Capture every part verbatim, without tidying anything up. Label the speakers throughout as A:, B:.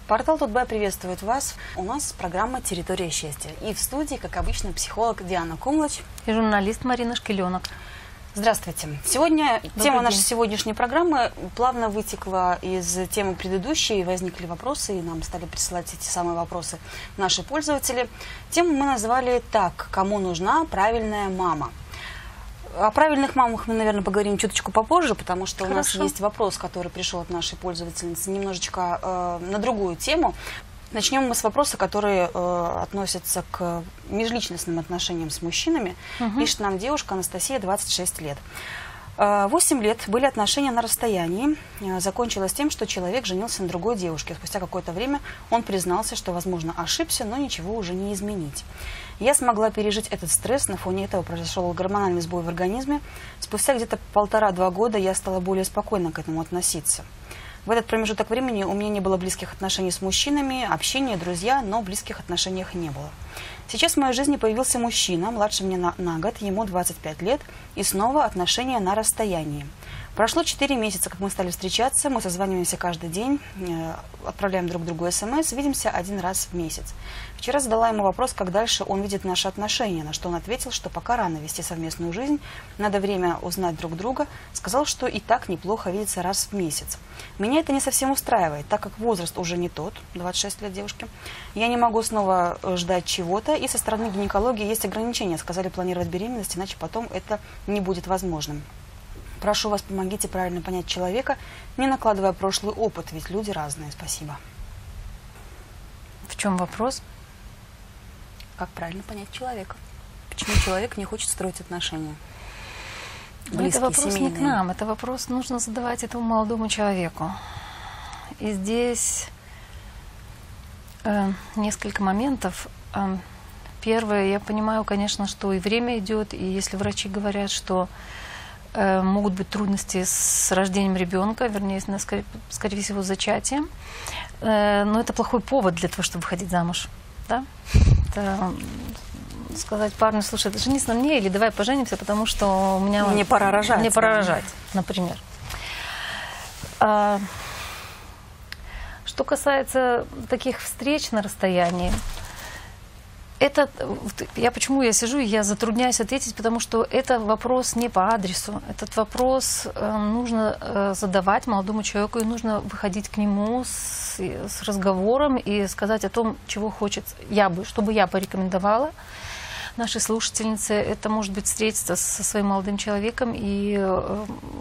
A: Портал Тутбай приветствует вас. У нас программа «Территория счастья». И в студии, как обычно, психолог Диана Кумлач
B: и журналист Марина Шкиленок.
A: Здравствуйте. Сегодня
B: Добрый
A: тема
B: день.
A: нашей сегодняшней программы плавно вытекла из темы предыдущей, и возникли вопросы, и нам стали присылать эти самые вопросы наши пользователи. Тему мы назвали так: «Кому нужна правильная мама?». О правильных мамах мы, наверное, поговорим чуточку попозже, потому что
B: Хорошо.
A: у нас есть вопрос, который пришел от нашей пользовательницы немножечко э, на другую тему. Начнем мы с вопроса, который э, относится к межличностным отношениям с мужчинами.
B: Угу.
A: Пишет нам девушка Анастасия, двадцать шесть лет. восемь лет были отношения на расстоянии. Закончилось тем, что человек женился на другой девушке. Спустя какое-то время он признался, что, возможно, ошибся, но ничего уже не изменить. Я смогла пережить этот стресс, на фоне этого произошел гормональный сбой в организме. Спустя где-то полтора-два года я стала более спокойно к этому относиться. В этот промежуток времени у меня не было близких отношений с мужчинами, общения, друзья, но близких отношений не было. Сейчас в моей жизни появился мужчина, младше меня на, на год, ему двадцать пять лет, и снова отношения на расстоянии. Прошло четыре месяца, как мы стали встречаться, мы созваниваемся каждый день, э, отправляем друг другу смс, видимся один раз в месяц. Вчера задала ему вопрос, как дальше он видит наши отношения, на что он ответил, что пока рано вести совместную жизнь, надо время узнать друг друга, сказал, что и так неплохо видеться раз в месяц. Меня это не совсем устраивает, так как возраст уже не тот, двадцать шесть лет девушке. Я не могу снова ждать чего-то, и со стороны гинекологии есть ограничения, сказали планировать беременность, иначе потом это не будет возможным. Прошу вас, помогите правильно понять человека, не накладывая прошлый опыт, ведь люди разные. Спасибо.
B: В чем вопрос?
A: Как правильно понять человека? Почему человек не хочет строить отношения? Близкие,
B: это вопрос
A: семейные.
B: не к нам, это вопрос нужно задавать этому молодому человеку. И здесь э, несколько моментов. Э, первое, я понимаю, конечно, что и время идет, и если врачи говорят, что э, могут быть трудности с рождением ребенка, вернее, скорее, скорее всего, с зачатием, э, но это плохой повод для того, чтобы выходить замуж. Да? Это сказать парню: слушай, ты женись на мне или давай поженимся, потому что у меня...
A: Мне пора рожать.
B: Мне пора рожать, например. А, что касается таких встреч на расстоянии, это, я почему я сижу и я затрудняюсь ответить, потому что это вопрос не по адресу. Этот вопрос э, нужно э, задавать молодому человеку, и нужно выходить к нему с, с разговором и сказать о том, чего хочет я бы, что бы я порекомендовала нашей слушательнице. Это может быть встретиться со своим молодым человеком и э,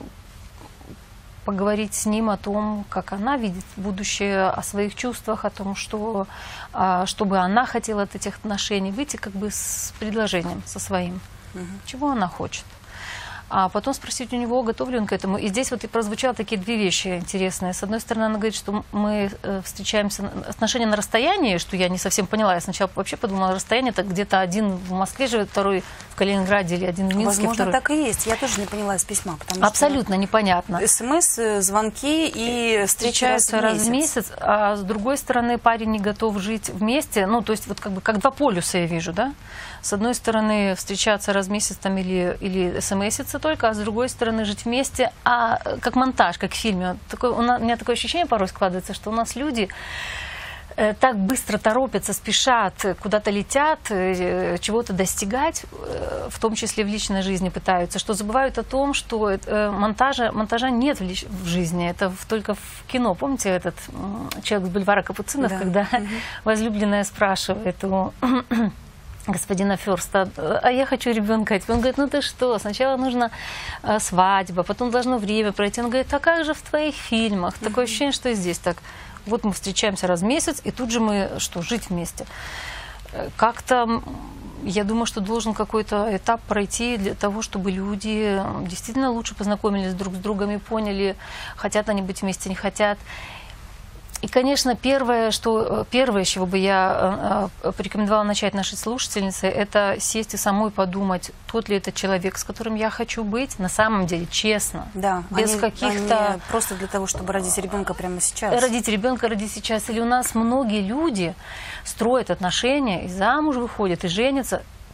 B: поговорить с ним о том, как она видит будущее, о своих чувствах, о том, что, что бы она хотела от этих отношений, выйти как бы с предложением, со своим, угу. чего она хочет. А потом спросить у него, готов ли он к этому. И здесь вот и прозвучало такие две вещи интересные. С одной стороны, она говорит, что мы встречаемся, отношения на расстоянии, что я не совсем поняла. Я сначала вообще подумала, расстояние это где-то один в Москве живет, второй в Калининграде или один в Минске.
A: Возможно,
B: второй.
A: так и есть. Я тоже не поняла из письма. Потому
B: Абсолютно
A: что
B: непонятно.
A: СМС, звонки и
B: встречаются раз в месяц. А с другой стороны, парень не готов жить вместе. Ну, то есть вот как бы как два полюса я вижу, да? С одной стороны, встречаться раз в месяц там, или, или смситься только, а с другой стороны, жить вместе, а как монтаж, как в фильме. Такое, у, нас, у меня такое ощущение порой складывается, что у нас люди э, так быстро торопятся, спешат, куда-то летят, э, чего-то достигать, э, в том числе в личной жизни пытаются, что забывают о том, что э, монтажа, монтажа нет в, лич, в жизни, это в, только в кино. Помните этот э, человек с бульвара Капуцинов, да. когда угу. возлюбленная спрашивает у господина Ферста: а я хочу ребенка. Он говорит: ну ты что, сначала нужно э, свадьба, потом должно время пройти. Он говорит: а как же в твоих фильмах? Mm-hmm. Такое ощущение, что и здесь так. Вот мы встречаемся раз в месяц, и тут же мы, что, жить вместе. Как-то, я думаю, что должен какой-то этап пройти для того, чтобы люди действительно лучше познакомились друг с другом и поняли, хотят они быть вместе, не хотят. И, конечно, первое, что, первое, с чего бы я э, порекомендовала начать нашей слушательнице, это сесть и самой подумать, тот ли это человек, с которым я хочу быть, на самом деле, честно,
A: да,
B: без каких-то...
A: Просто для того, чтобы родить ребенка прямо сейчас.
B: Родить ребенка, родить сейчас. Или у нас многие люди строят отношения, и замуж выходят, и женятся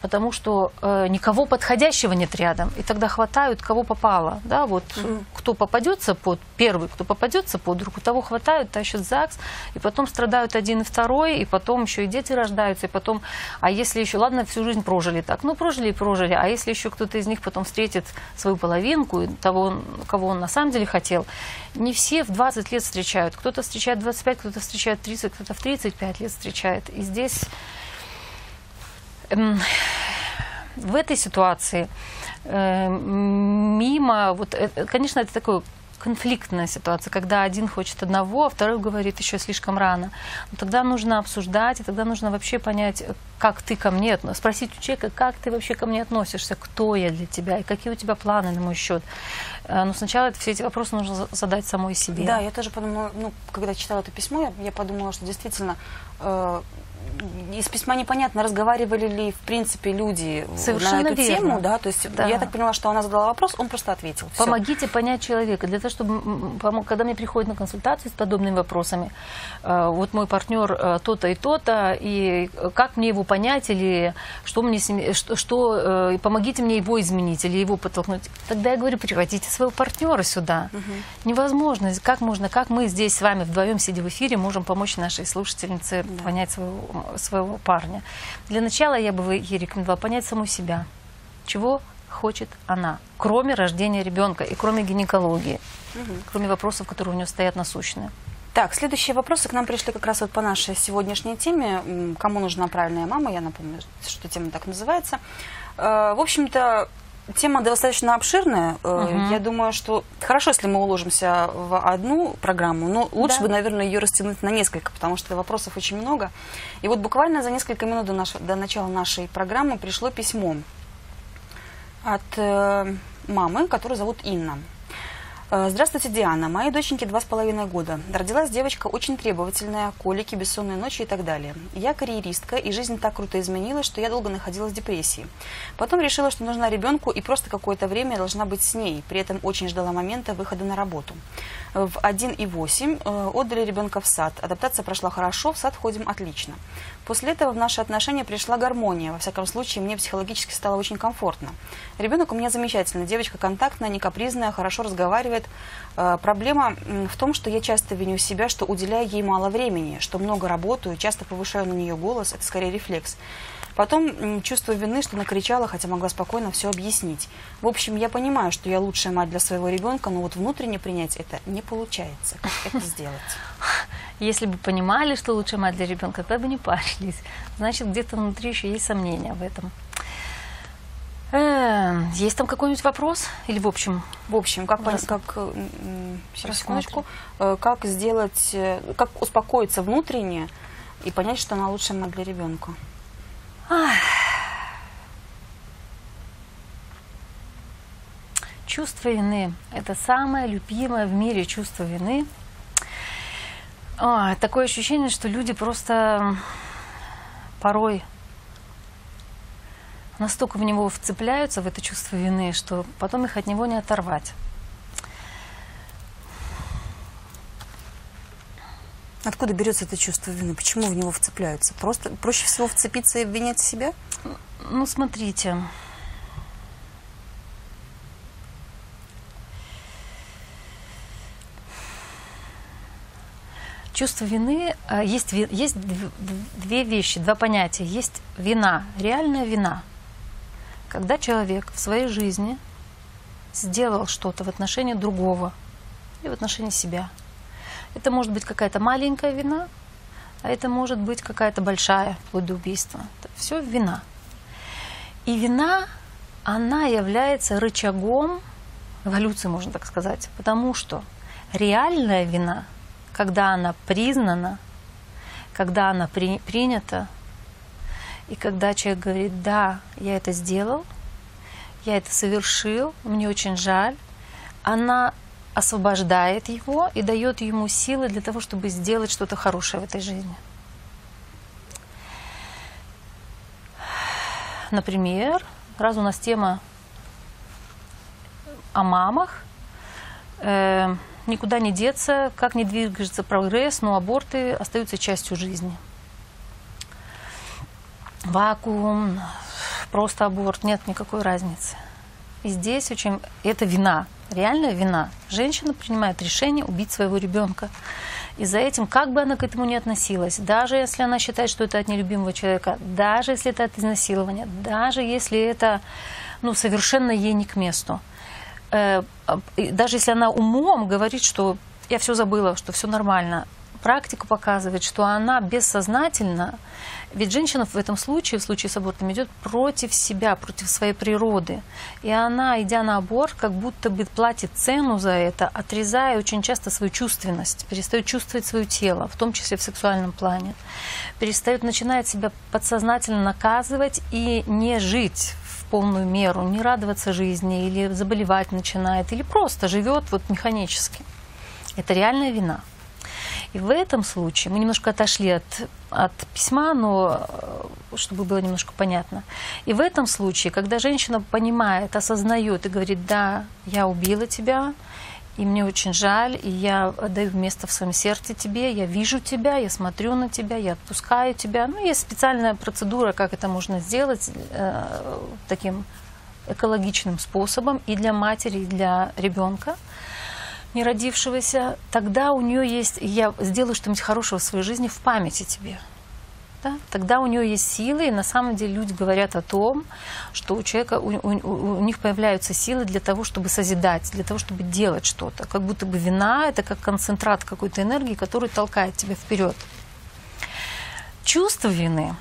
B: потому что э, никого подходящего нет рядом, и тогда хватают, кого попало, да, вот mm-hmm. кто попадется под, первый, кто попадется под руку, того хватают, тащат в ЗАГС, и потом страдают один и второй, и потом еще и дети рождаются, и потом, а если еще, ладно, всю жизнь прожили так, ну, прожили и прожили, а если еще кто-то из них потом встретит свою половинку, того, кого он на самом деле хотел, не все в двадцать лет встречают, кто-то встречает в двадцать пять, кто-то встречает в тридцать, кто-то в тридцать пять лет встречает, и здесь... В этой ситуации э, мимо, вот, э, конечно, это такая конфликтная ситуация, когда один хочет одного, а второй говорит еще слишком рано. Но тогда нужно обсуждать, и тогда нужно вообще понять, как ты ко мне относишься, спросить у человека, как ты вообще ко мне относишься, кто я для тебя, и какие у тебя планы на мой счет. Но сначала это, все эти вопросы нужно задать самой себе.
A: Да, я тоже подумала, ну, когда читала это письмо, я, я подумала, что действительно... Э, из письма непонятно, разговаривали ли в принципе люди
B: Совершенно
A: на эту
B: верно.
A: тему, да, то есть
B: да.
A: я так поняла, что она задала вопрос, он просто ответил. Всё.
B: Помогите понять человека, для того, чтобы, когда мне приходят на консультацию с подобными вопросами, вот мой партнер то-то и то-то, и как мне его понять, или что мне, что, что помогите мне его изменить, или его подтолкнуть, тогда я говорю, приводите своего партнера сюда. Угу. Невозможно, как можно, как мы здесь с вами вдвоем, сидя в эфире, можем помочь нашей слушательнице да. понять своего своего парня. Для начала я бы ей рекомендовала понять саму себя, чего хочет она, кроме рождения ребенка и кроме гинекологии, угу. кроме вопросов, которые у нее стоят насущные.
A: Так, следующие вопросы к нам пришли как раз вот по нашей сегодняшней теме. Кому нужна правильная мама? Я напомню, что тема так называется. В общем-то, тема достаточно обширная. Угу. Я думаю, что хорошо, если мы уложимся в одну программу, но лучше да. бы, наверное, ее растянуть на несколько, потому что вопросов очень много. И вот буквально за несколько минут до, нашего, до начала нашей программы пришло письмо от э, мамы, которую зовут Инна. Здравствуйте, Диана. Моей доченьке два с половиной года. Родилась девочка очень требовательная, колики, бессонные ночи и так далее. Я карьеристка, и жизнь так круто изменилась, что я долго находилась в депрессии. Потом решила, что нужна ребенку, и просто какое-то время должна быть с ней. При этом очень ждала момента выхода на работу. В один и восемь отдали ребенка в сад. Адаптация прошла хорошо, в сад ходим отлично. После этого в наши отношения пришла гармония. Во всяком случае, мне психологически стало очень комфортно. Ребенок у меня замечательный. Девочка контактная, не капризная, хорошо разговаривает. Проблема в том, что я часто виню себя, что уделяю ей мало времени, что много работаю, часто повышаю на нее голос. Это скорее рефлекс. Потом чувство вины, что накричала, хотя могла спокойно все объяснить. В общем, я понимаю, что я лучшая мать для своего ребенка, но вот внутренне принять это не получается. Как это сделать?
B: Если бы понимали, что лучшая мать для ребенка, тогда бы не парились. Значит, где-то внутри еще есть сомнения в этом. Есть там какой-нибудь вопрос? Или в общем?
A: В общем, как, пон... как, секундочку, как сделать, как успокоиться внутренне и понять, что она лучшая мать для ребенка?
B: Чувство вины – это самое любимое в мире чувство вины. О, такое ощущение, что люди просто порой настолько в него вцепляются, в это чувство вины, что потом их от него не оторвать.
A: Откуда берется это чувство вины? Почему в него вцепляются? Просто проще всего вцепиться и обвинять себя?
B: Ну, смотрите. Чувство вины, есть, есть две вещи, два понятия. Есть вина, реальная вина. Когда человек в своей жизни сделал что-то в отношении другого и в отношении себя. Это может быть какая-то маленькая вина, а это может быть какая-то большая, вплоть до убийства. Это все вина. И вина, она является рычагом эволюции, можно так сказать. Потому что реальная вина, когда она признана, когда она при, принята, и когда человек говорит, да, я это сделал, я это совершил, мне очень жаль, она освобождает его и дает ему силы для того, чтобы сделать что-то хорошее в этой жизни. Например, раз у нас тема о мамах, э, никуда не деться, как не двигается прогресс, но аборты остаются частью жизни. Вакуум, просто аборт, нет никакой разницы. И здесь очень... Это вина, реальная вина. Женщина принимает решение убить своего ребенка. И за этим, как бы она к этому ни относилась, даже если она считает, что это от нелюбимого человека, даже если это от изнасилования, даже если это ну, совершенно ей не к месту, э, даже если она умом говорит, что я все забыла, что все нормально, практика показывает, что она бессознательно, ведь женщина в этом случае, в случае с абортом, идет против себя, против своей природы. И она, идя на аборт, как будто бы платит цену за это, отрезая очень часто свою чувственность, перестает чувствовать свое тело, в том числе в сексуальном плане. Перестает, начинает себя подсознательно наказывать и не жить в полную меру, не радоваться жизни, или заболевать начинает, или просто живет вот механически. Это реальная вина. И в этом случае мы немножко отошли от, от письма, но чтобы было немножко понятно. И в этом случае, когда женщина понимает, осознает и говорит, да, я убила тебя, и мне очень жаль, и я отдаю место в своем сердце тебе, я вижу тебя, я смотрю на тебя, я отпускаю тебя. Ну, есть специальная процедура, как это можно сделать э, таким экологичным способом и для матери, и для ребенка не родившегося, тогда у нее есть, я сделаю что-нибудь хорошего в своей жизни в памяти тебе. Да? Тогда у нее есть силы, и на самом деле люди говорят о том, что у человека, у, у, у них появляются силы для того, чтобы созидать, для того, чтобы делать что-то. Как будто бы вина — это как концентрат какой-то энергии, который толкает тебя вперед. Чувство вины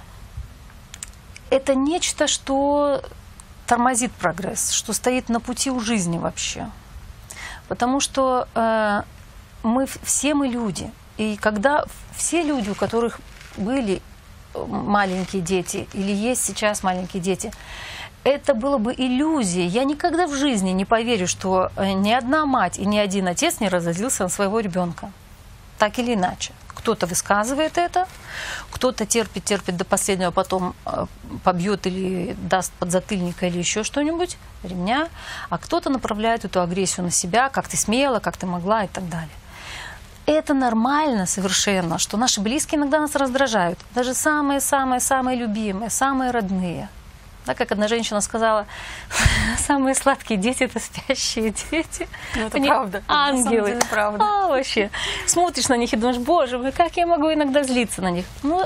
B: — это нечто, что тормозит прогресс, что стоит на пути у жизни вообще. Потому что э, мы все мы люди. И когда все люди, у которых были маленькие дети или есть сейчас маленькие дети, это было бы иллюзией. Я никогда в жизни не поверю, что ни одна мать и ни один отец не разозлился на своего ребенка. Так или иначе. Кто-то высказывает это, кто-то терпит, терпит до последнего, потом побьет или даст подзатыльника или еще что-нибудь, ремня, а кто-то направляет эту агрессию на себя, как ты смела, как ты могла и так далее. Это нормально совершенно, что наши близкие иногда нас раздражают, даже самые-самые-самые любимые, самые родные. Да, как одна женщина сказала, самые сладкие дети — это спящие дети.
A: Ну, это
B: Они
A: правда.
B: Ангелы.
A: На самом деле, правда.
B: А, вообще. Смотришь на них и думаешь, боже мой, как я могу иногда злиться на них? Ну,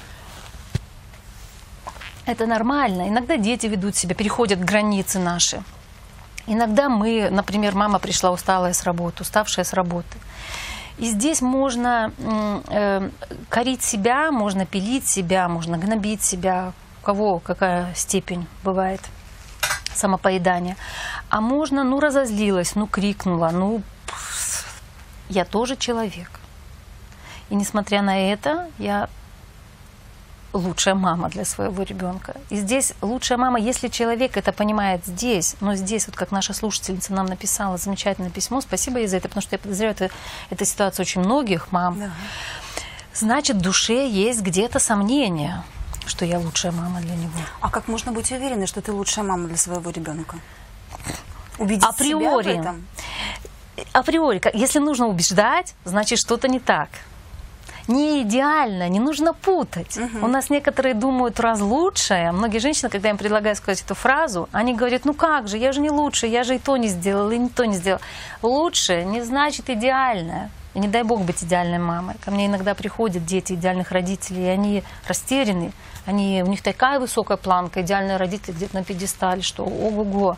B: это нормально. Иногда дети ведут себя, переходят границы наши. Иногда мы, например, мама пришла усталая с работы, уставшая с работы. И здесь можно э, корить себя, можно пилить себя, можно гнобить себя. У кого какая степень бывает самопоедания. А можно, ну, разозлилась, ну, крикнула, ну, я тоже человек. И несмотря на это, я лучшая мама для своего ребенка. И здесь лучшая мама, если человек это понимает здесь, но здесь, вот как наша слушательница нам написала замечательное письмо, спасибо ей за это, потому что я подозреваю, это, это ситуация очень многих мам, да. Значит, в душе есть где-то сомнения, что я лучшая мама для него.
A: А как можно быть уверенной, что ты лучшая мама для своего ребенка? Убедить
B: априори,
A: себя в этом?
B: Априори, если нужно убеждать, значит, что-то не так. Не идеально, не нужно путать. Угу. У нас некоторые думают, раз лучшая. Многие женщины, когда им предлагают сказать эту фразу, они говорят, ну как же, я же не лучшая, я же и то не сделала, и не то не сделала. Лучшее не значит идеальное. И не дай бог быть идеальной мамой. Ко мне иногда приходят дети идеальных родителей, и они растеряны. Они, у них такая высокая планка, идеальные родители где-то на пьедестале, что ого-го.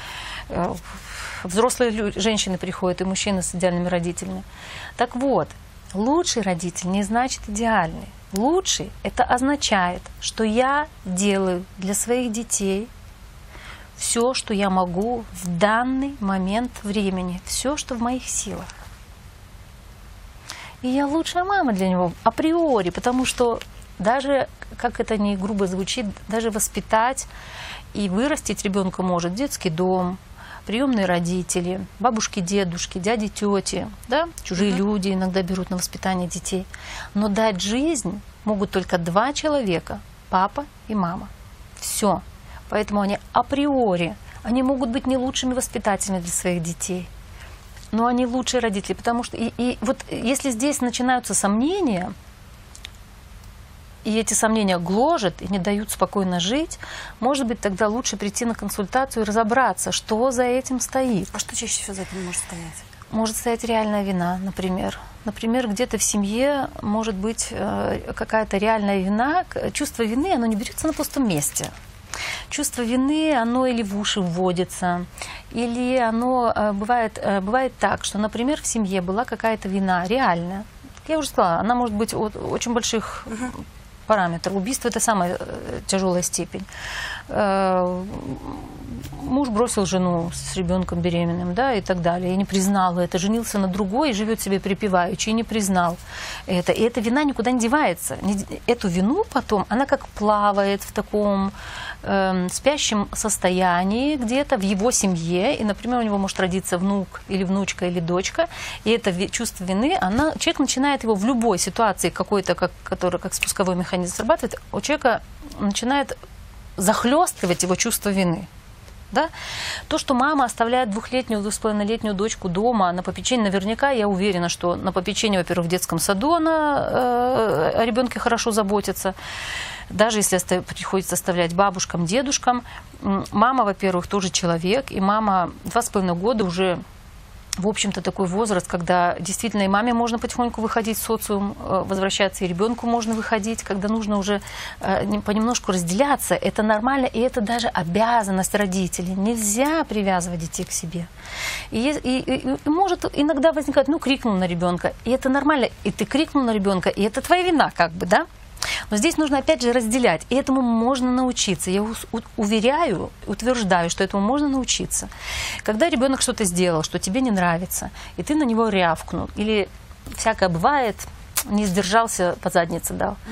B: Взрослые женщины приходят, и мужчины с идеальными родителями. Так вот, лучший родитель не значит идеальный. Лучший – это означает, что я делаю для своих детей все, что я могу в данный момент времени, все, что в моих силах. И я лучшая мама для него априори, потому что даже, как это не грубо звучит, даже воспитать и вырастить ребенка может детский дом, приемные родители, бабушки, дедушки, дяди, тети, да? Чужие uh-huh. люди иногда берут на воспитание детей. Но дать жизнь могут только два человека, папа и мама. Все. Поэтому они априори, они могут быть не лучшими воспитателями для своих детей, но они лучшие родители, потому что и, и вот если здесь начинаются сомнения, и эти сомнения гложат и не дают спокойно жить, может быть, тогда лучше прийти на консультацию и разобраться, что за этим стоит.
A: А что чаще всего за этим может стоять?
B: Может стоять реальная вина, например. Например, где-то в семье может быть э, какая-то реальная вина. Чувство вины, оно не берется на пустом месте. Чувство вины, оно или в уши вводится, или оно э, бывает, э, бывает так, что, например, в семье была какая-то вина реальная. Я уже сказала, она может быть от очень больших uh-huh. параметров. Убийство – это самая э, тяжелая степень. Э, муж бросил жену с ребенком беременным, да, и так далее, и не признал это, женился на другой и живет себе припеваючи, и не признал это. И эта вина никуда не девается. Эту вину потом, она как плавает в таком э, спящем состоянии где-то в его семье, и, например, у него может родиться внук или внучка или дочка, и это чувство вины, она, человек начинает его в любой ситуации какой-то, как, который как спусковой механизм срабатывает, у человека начинает захлестывать его чувство вины. Да? То, что мама оставляет двухлетнюю, двухсполовинолетнюю дочку дома на попечение, наверняка я уверена, что на попечение, во-первых, в детском саду она э, о ребенке хорошо заботится. Даже если остав, приходится оставлять бабушкам, дедушкам. Мама, во-первых, тоже человек, и мама два с половиной года уже, в общем-то, такой возраст, когда действительно и маме можно потихоньку выходить в социум, возвращаться, и ребенку можно выходить, когда нужно уже понемножку разделяться. Это нормально, и это даже обязанность родителей. Нельзя привязывать детей к себе. И, и, и, и может иногда возникать, ну, крикнул на ребенка, и это нормально, и ты крикнул на ребенка, и это твоя вина, как бы, да? Но здесь нужно, опять же, разделять. И этому можно научиться. Я уверяю, утверждаю, что этому можно научиться. Когда ребенок что-то сделал, что тебе не нравится, и ты на него рявкнул, или всякое бывает, не сдержался, по заднице дал. Угу.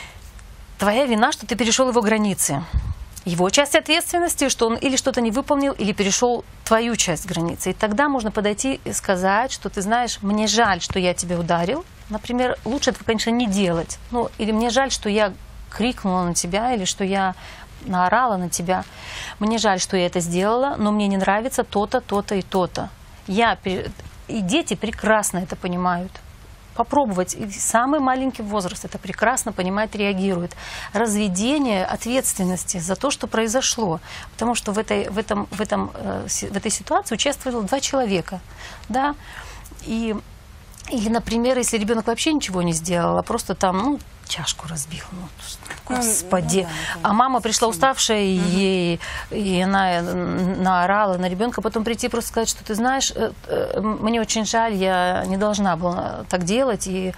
B: Твоя вина, что ты перешел его границы. Его часть ответственности, что он или что-то не выполнил, или перешел твою часть границы. И тогда можно подойти и сказать, что ты знаешь, мне жаль, что я тебя ударил. Например, лучше этого, конечно, не делать. Ну, или мне жаль, что я крикнула на тебя, или что я наорала на тебя. Мне жаль, что я это сделала, но мне не нравится то-то, то-то и то-то. Я, и дети прекрасно это понимают. Попробовать. И самый маленький возраст это прекрасно понимает, реагирует. Разведение ответственности за то, что произошло. Потому что в этой, в этом, в этом, в этой ситуации участвовало два человека. Да? И, или, например, если ребенок вообще ничего не сделал, а просто там, ну, чашку разбил. Ну, господи. Ну, да, а мама пришла уставшая, угу. и, и она наорала на ребенка. Потом прийти и просто сказать, что ты знаешь, мне очень жаль, я не должна была так делать. И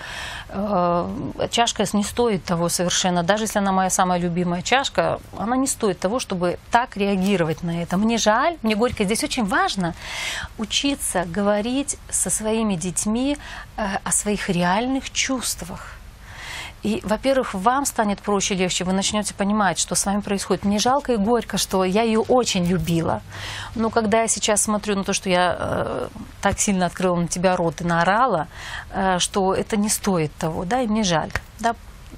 B: э, чашка не стоит того совершенно. Даже если она моя самая любимая чашка, она не стоит того, чтобы так реагировать на это. Мне жаль, мне горько. Здесь очень важно учиться говорить со своими детьми э, о своих реальных чувствах. И, во-первых, вам станет проще, легче, вы начнете понимать, что с вами происходит. Мне жалко и горько, что я ее очень любила. Но когда я сейчас смотрю на то, что я э, так сильно открыла на тебя рот и наорала, э, что это не стоит того, да, и мне жаль. Да?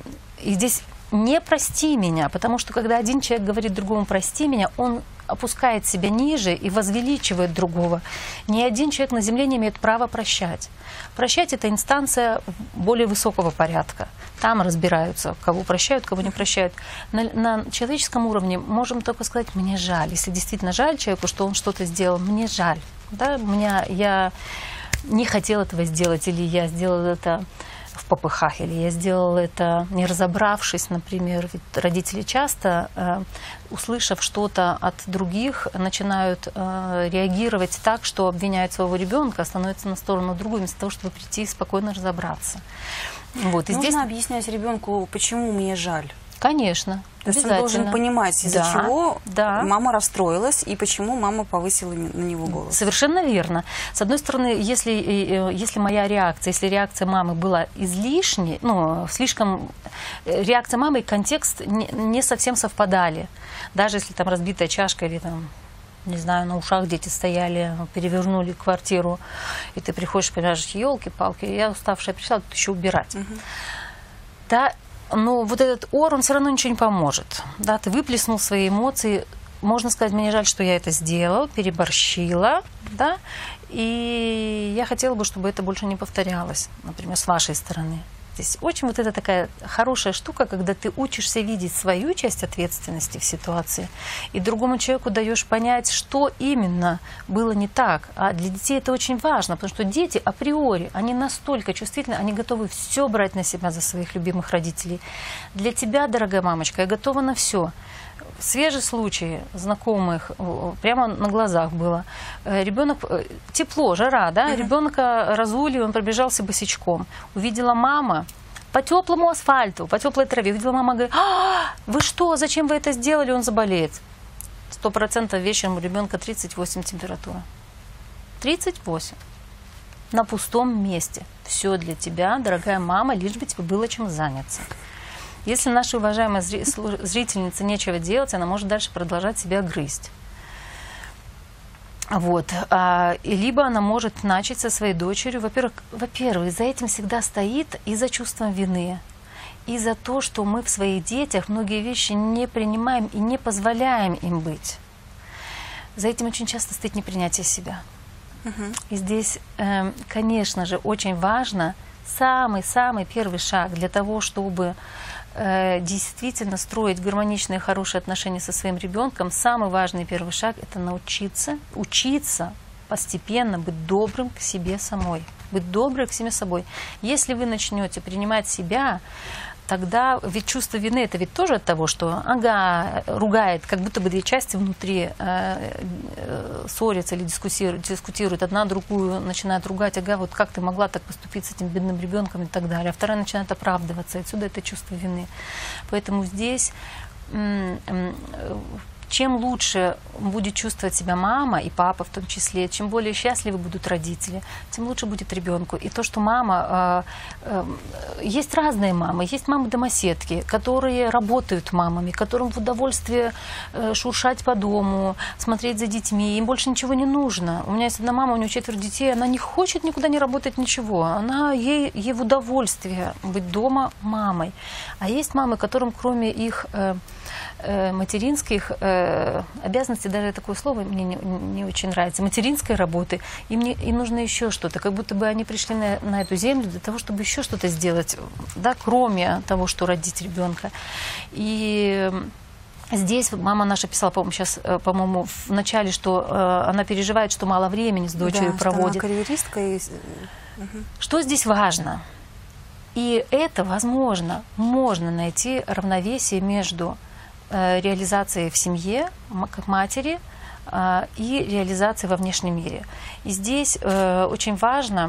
B: И здесь не прости меня, потому что когда один человек говорит другому «прости меня», он опускает себя ниже и возвеличивает другого. Ни один человек на земле не имеет права прощать. Прощать – это инстанция более высокого порядка. Там разбираются, кого прощают, кого не прощают. На, на человеческом уровне можем только сказать «мне жаль». Если действительно жаль человеку, что он что-то сделал, мне жаль. Да? Меня, я не хотела этого сделать, или я сделала это в попыхах, или я сделала это не разобравшись, например. Ведь родители часто, э, услышав что-то от других, начинают э, реагировать так, что обвиняют своего ребенка, становятся на сторону другую, вместо того, чтобы прийти и спокойно разобраться. Вот. И
A: Нужно
B: здесь
A: объяснять ребенку, почему мне жаль.
B: Конечно.
A: То есть он должен понимать, из-за
B: да,
A: чего
B: да.
A: мама расстроилась и почему мама повысила на него голос.
B: Совершенно верно. С одной стороны, если, если моя реакция, если реакция мамы была излишней, ну, слишком... Реакция мамы и контекст не, не совсем совпадали. Даже если там разбитая чашка или там... не знаю, на ушах дети стояли, перевернули квартиру, и ты приходишь, понимаешь, елки-палки, я уставшая пришла, тут еще убирать. Угу. Да, но вот этот ор, он все равно ничего не поможет. Да, ты выплеснул свои эмоции, можно сказать, мне жаль, что я это сделала, переборщила, да, и я хотела бы, чтобы это больше не повторялось, например, с вашей стороны. Здесь очень вот это такая хорошая штука, когда ты учишься видеть свою часть ответственности в ситуации, и другому человеку даешь понять, что именно было не так. А для детей это очень важно, потому что дети априори, они настолько чувствительны, они готовы все брать на себя за своих любимых родителей. Для тебя, дорогая мамочка, я готова на все. Свежий случай знакомых, прямо на глазах было. Ребенок, тепло, жара, да, uh-huh. ребенка разули, он пробежался босичком. Увидела мама по теплому асфальту, по теплой траве. Увидела мама, говорит: а, вы что, зачем вы это сделали, он заболеет. Сто процентов вечером у ребенка тридцать восемь температура. тридцать восемь. На пустом месте. Все для тебя, дорогая мама, лишь бы тебе было чем заняться. Если нашей уважаемой зрительнице нечего делать, она может дальше продолжать себя грызть. Вот. И либо она может начать со своей дочерью. Во-первых, во-первых, за этим всегда стоит и за чувством вины, и за то, что мы в своих детях многие вещи не принимаем и не позволяем им быть. За этим очень часто стоит непринятие себя. Угу. И здесь, конечно же, очень важно самый-самый первый шаг для того, чтобы действительно строить гармоничные, хорошие отношения со своим ребенком. Самый важный первый шаг – это научиться, учиться постепенно быть добрым к себе самой. Быть добрым к себе собой. Если вы начнете принимать себя, тогда ведь чувство вины – это ведь тоже от того, что ага, ругает, как будто бы две части внутри э, э, ссорятся или дискуссируют, дискутируют. Одна другую начинает ругать: ага, вот как ты могла так поступить с этим бедным ребенком и так далее. А вторая начинает оправдываться. Отсюда это чувство вины. Поэтому здесь чем лучше будет чувствовать себя мама и папа в том числе, чем более счастливы будут родители, тем лучше будет ребенку. И то, что мама... Э, э, есть разные мамы. Есть мамы-домоседки, которые работают мамами, которым в удовольствие э, шуршать по дому, смотреть за детьми. Им больше ничего не нужно. У меня есть одна мама, у нее четверо детей, она не хочет никуда не работать, ничего. Она, ей, ей в удовольствие быть дома мамой. А есть мамы, которым кроме их... Э, материнских э, обязанностей, даже такое слово мне не, не очень нравится, материнской работы, им, не, им нужно еще что-то, как будто бы они пришли на, на эту землю для того, чтобы еще что-то сделать, да, кроме того, что родить ребенка. И здесь мама наша писала, по-моему, сейчас, по-моему, в начале, что э, она переживает, что мало времени с дочерью да, проводит.
A: Что она карьеристка и...
B: Что здесь важно? И это возможно, можно найти равновесие между реализации в семье, как матери, и реализации во внешнем мире. И здесь очень важно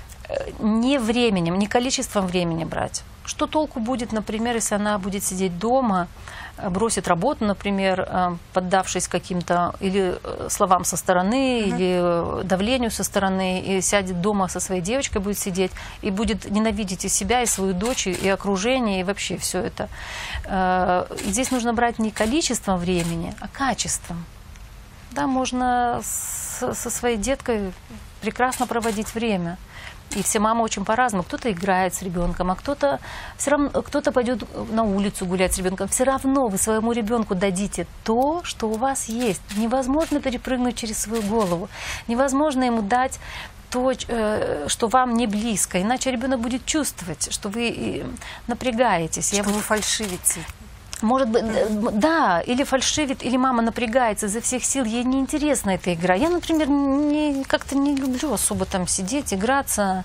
B: не временем, не количеством времени брать. Что толку будет, например, если она будет сидеть дома, бросит работу, например, поддавшись каким-то или словам со стороны, uh-huh. или давлению со стороны, и сядет дома со своей девочкой, будет сидеть, и будет ненавидеть и себя, и свою дочь, и окружение, и вообще все это. Здесь нужно брать не количеством времени, а качеством. Да, можно со своей деткой прекрасно проводить время. И все мамы очень по-разному. Кто-то играет с ребенком, а кто-то все равно кто-то пойдет на улицу гулять с ребенком. Все равно вы своему ребенку дадите то, что у вас есть. Невозможно перепрыгнуть через свою голову. Невозможно ему дать то, что вам не близко. Иначе ребенок будет чувствовать, что вы напрягаетесь.
A: Что вы фальшивите.
B: Может быть, да, или фальшивит, или мама напрягается изо всех сил, ей неинтересна эта игра. Я, например, не, как-то не люблю особо там сидеть, играться.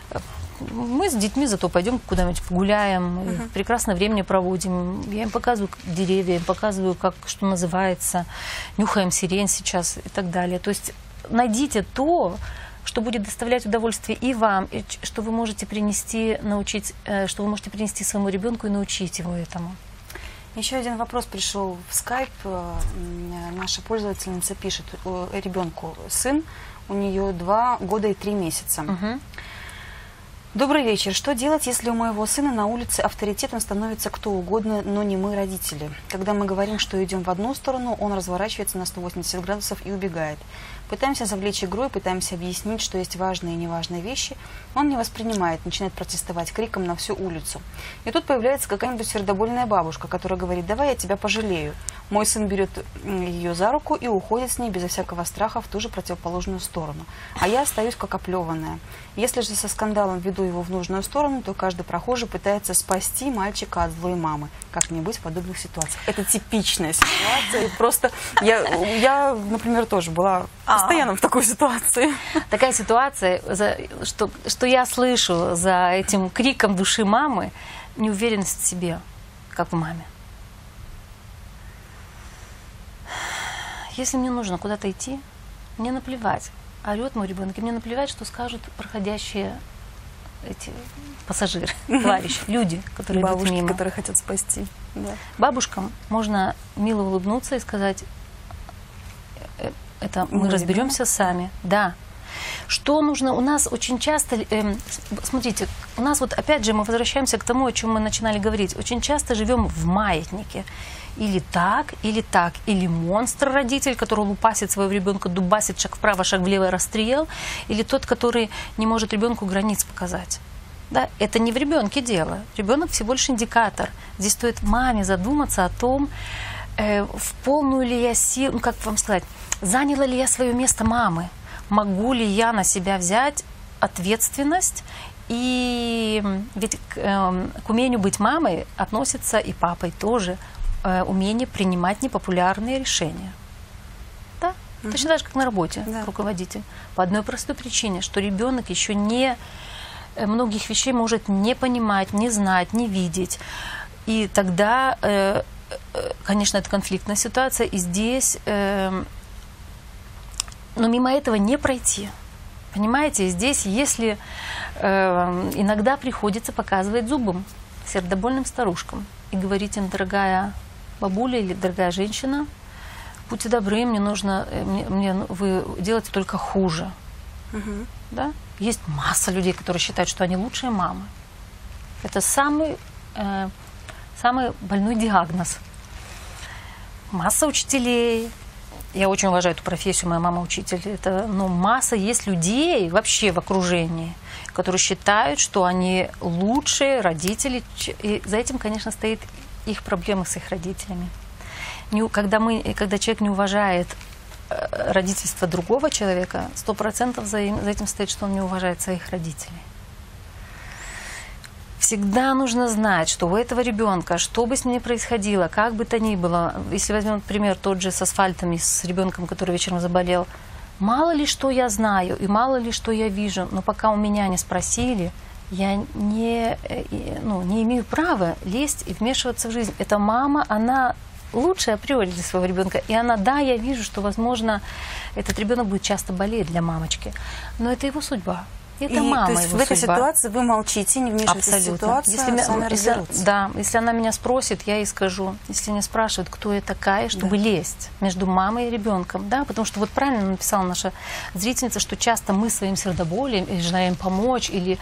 B: Мы с детьми зато пойдем куда-нибудь погуляем, uh-huh. прекрасное время проводим. Я им показываю деревья, им показываю, как, что называется, нюхаем сирень сейчас и так далее. То есть найдите то, что будет доставлять удовольствие и вам, и что вы можете принести, научить, что вы можете принести своему ребенку и научить его этому.
A: Еще один вопрос пришел в скайп. Наша пользовательница пишет: ребенку сын, у нее два года и три месяца. Угу. Добрый вечер. Что делать, если у моего сына на улице авторитетом становится кто угодно, но не мы, родители? Когда мы говорим, что идем в одну сторону, он разворачивается на сто восемьдесят градусов и убегает. Пытаемся завлечь игрой, пытаемся объяснить, что есть важные и неважные вещи. Он не воспринимает, начинает протестовать криком на всю улицу. И тут появляется какая-нибудь сердобольная бабушка, которая говорит: давай я тебя пожалею. Мой сын берет ее за руку и уходит с ней безо всякого страха в ту же противоположную сторону. А я остаюсь как оплеванная. Если же со скандалом ведут веду его в нужную сторону, то каждый прохожий пытается спасти мальчика от злой мамы. Как не быть в подобных ситуациях? Это типичная ситуация. Просто я, я, например, тоже была постоянно в такой ситуации.
B: Такая ситуация, что, что я слышу за этим криком души мамы, неуверенность в себе, как в маме. Если мне нужно куда-то идти, мне наплевать, орет мой ребенок, и мне наплевать, что скажут проходящие эти пассажиры, товарищи, люди, которые
A: бабушки,
B: идут мимо.
A: которые хотят спасти. Да.
B: Бабушкам можно мило улыбнуться и сказать, это мы, мы разберемся сами. Да. Что нужно? У нас очень часто, э, смотрите, у нас вот опять же мы возвращаемся к тому, о чем мы начинали говорить. Очень часто живем в маятнике. Или так, или так. Или монстр-родитель, который лупасит своего ребенка, дубасит шаг вправо, шаг влево, расстрел. Или тот, который не может ребенку границ показать. Да? Это не в ребенке дело. Ребенок всего лишь индикатор. Здесь стоит маме задуматься о том, э, в полную ли я силу, ну как вам сказать, заняла ли я свое место мамы. Могу ли я на себя взять ответственность? И ведь к, э, к умению быть мамой относится и папой тоже э, умение принимать непопулярные решения. Да? Угу. Точно так же, как на работе, да. Руководитель. По одной простой причине, что ребенок еще не многих вещей может не понимать, не знать, не видеть. И тогда, э, конечно, это конфликтная ситуация. И здесь... Э, Но мимо этого не пройти. Понимаете, здесь, если э, иногда приходится показывать зубом сердобольным старушкам и говорить им, дорогая бабуля или дорогая женщина, будьте добры, мне нужно, мне, мне, вы делаете только хуже. Угу. Да? Есть масса людей, которые считают, что они лучшие мамы. Это самый, э, самый больной диагноз. Масса учителей. Я очень уважаю эту профессию, моя мама учитель. Это, ну, масса есть людей вообще в окружении, которые считают, что они лучшие родители. И за этим, конечно, стоит их проблема с их родителями. Когда, мы, когда человек не уважает родительство другого человека, сто процентов за этим стоит, что он не уважает своих родителей. Всегда нужно знать, что у этого ребенка, что бы с ним ни происходило, как бы то ни было, если возьмем, например, тот же с асфальтом, с ребенком, который вечером заболел, мало ли что я знаю и мало ли что я вижу, но пока у меня не спросили, я не, ну, не имею права лезть и вмешиваться в жизнь. Эта мама, она лучшая априори для своего ребенка, и она, да, я вижу, что, возможно, этот ребенок будет часто болеть для мамочки, но это его судьба. Это
A: и,
B: мама,
A: то есть
B: его
A: в этой
B: судьба.
A: Ситуации вы молчите, не вмешиваетесь в ситуацию,
B: если,
A: сами
B: если,
A: разберутся.
B: Да, если она меня спросит, я ей скажу. Если не спрашивают, кто я такая, чтобы да. лезть между мамой и ребенком. Да? Потому что вот правильно написала наша зрительница, что часто мы своим сердоболием или желаем помочь, или